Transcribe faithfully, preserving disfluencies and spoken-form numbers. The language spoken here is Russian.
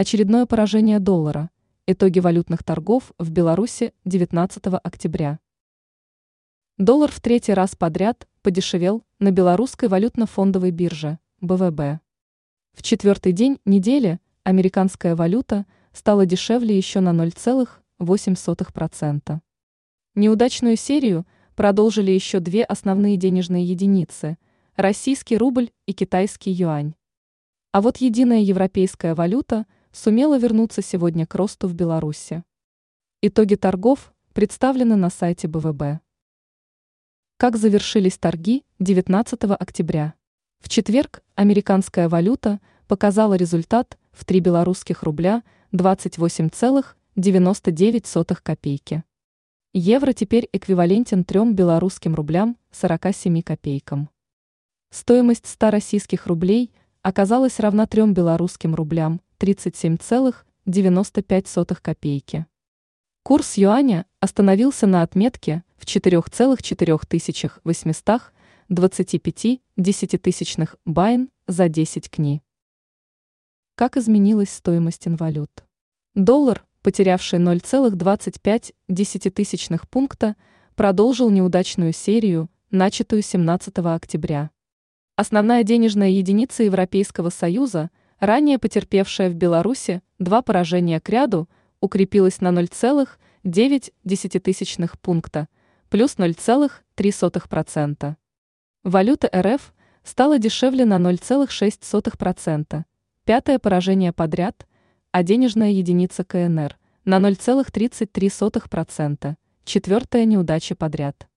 Очередное поражение доллара. Итоги валютных торгов в Беларуси девятнадцатого октября. Доллар в третий раз подряд подешевел на белорусской валютно-фондовой бирже бэ вэ бэ. В четвертый день недели американская валюта стала дешевле еще на ноль целых восемь десятых процента. Неудачную серию продолжили еще две основные денежные единицы – российский рубль и китайский юань. А вот единая европейская валюта сумела вернуться сегодня к росту в Беларуси. Итоги торгов представлены на сайте бэ вэ бэ. Как завершились торги девятнадцатого октября? В четверг американская валюта показала результат в три белорусских рубля двадцать восемь целых девяносто девять сотых копейки. Евро теперь эквивалентен трем белорусским рублям сорока семи копейкам. Стоимость ста российских рублей оказалась равна трем белорусским рублям тридцать семь целых девяносто пять сотых копейки. Курс юаня остановился на отметке в четыре целых четыре тысячи восемьсот двадцать пять десятитысячных байн за десять кни. Как изменилась стоимость инвалют? Доллар, потерявший ноль целых двадцать пять десятитысячных пункта, продолжил неудачную серию, начатую семнадцатого октября. Основная денежная единица Европейского Союза, ранее потерпевшая в Беларуси два поражения к ряду, укрепилась на ноль целых девять десятитысячных пункта, плюс ноль целых три сотых процента. Валюта эр эф стала дешевле на ноль целых шесть сотых процента, пятое поражение подряд, а денежная единица ка эн эр на ноль целых тридцать три сотых процента, четвертая неудача подряд.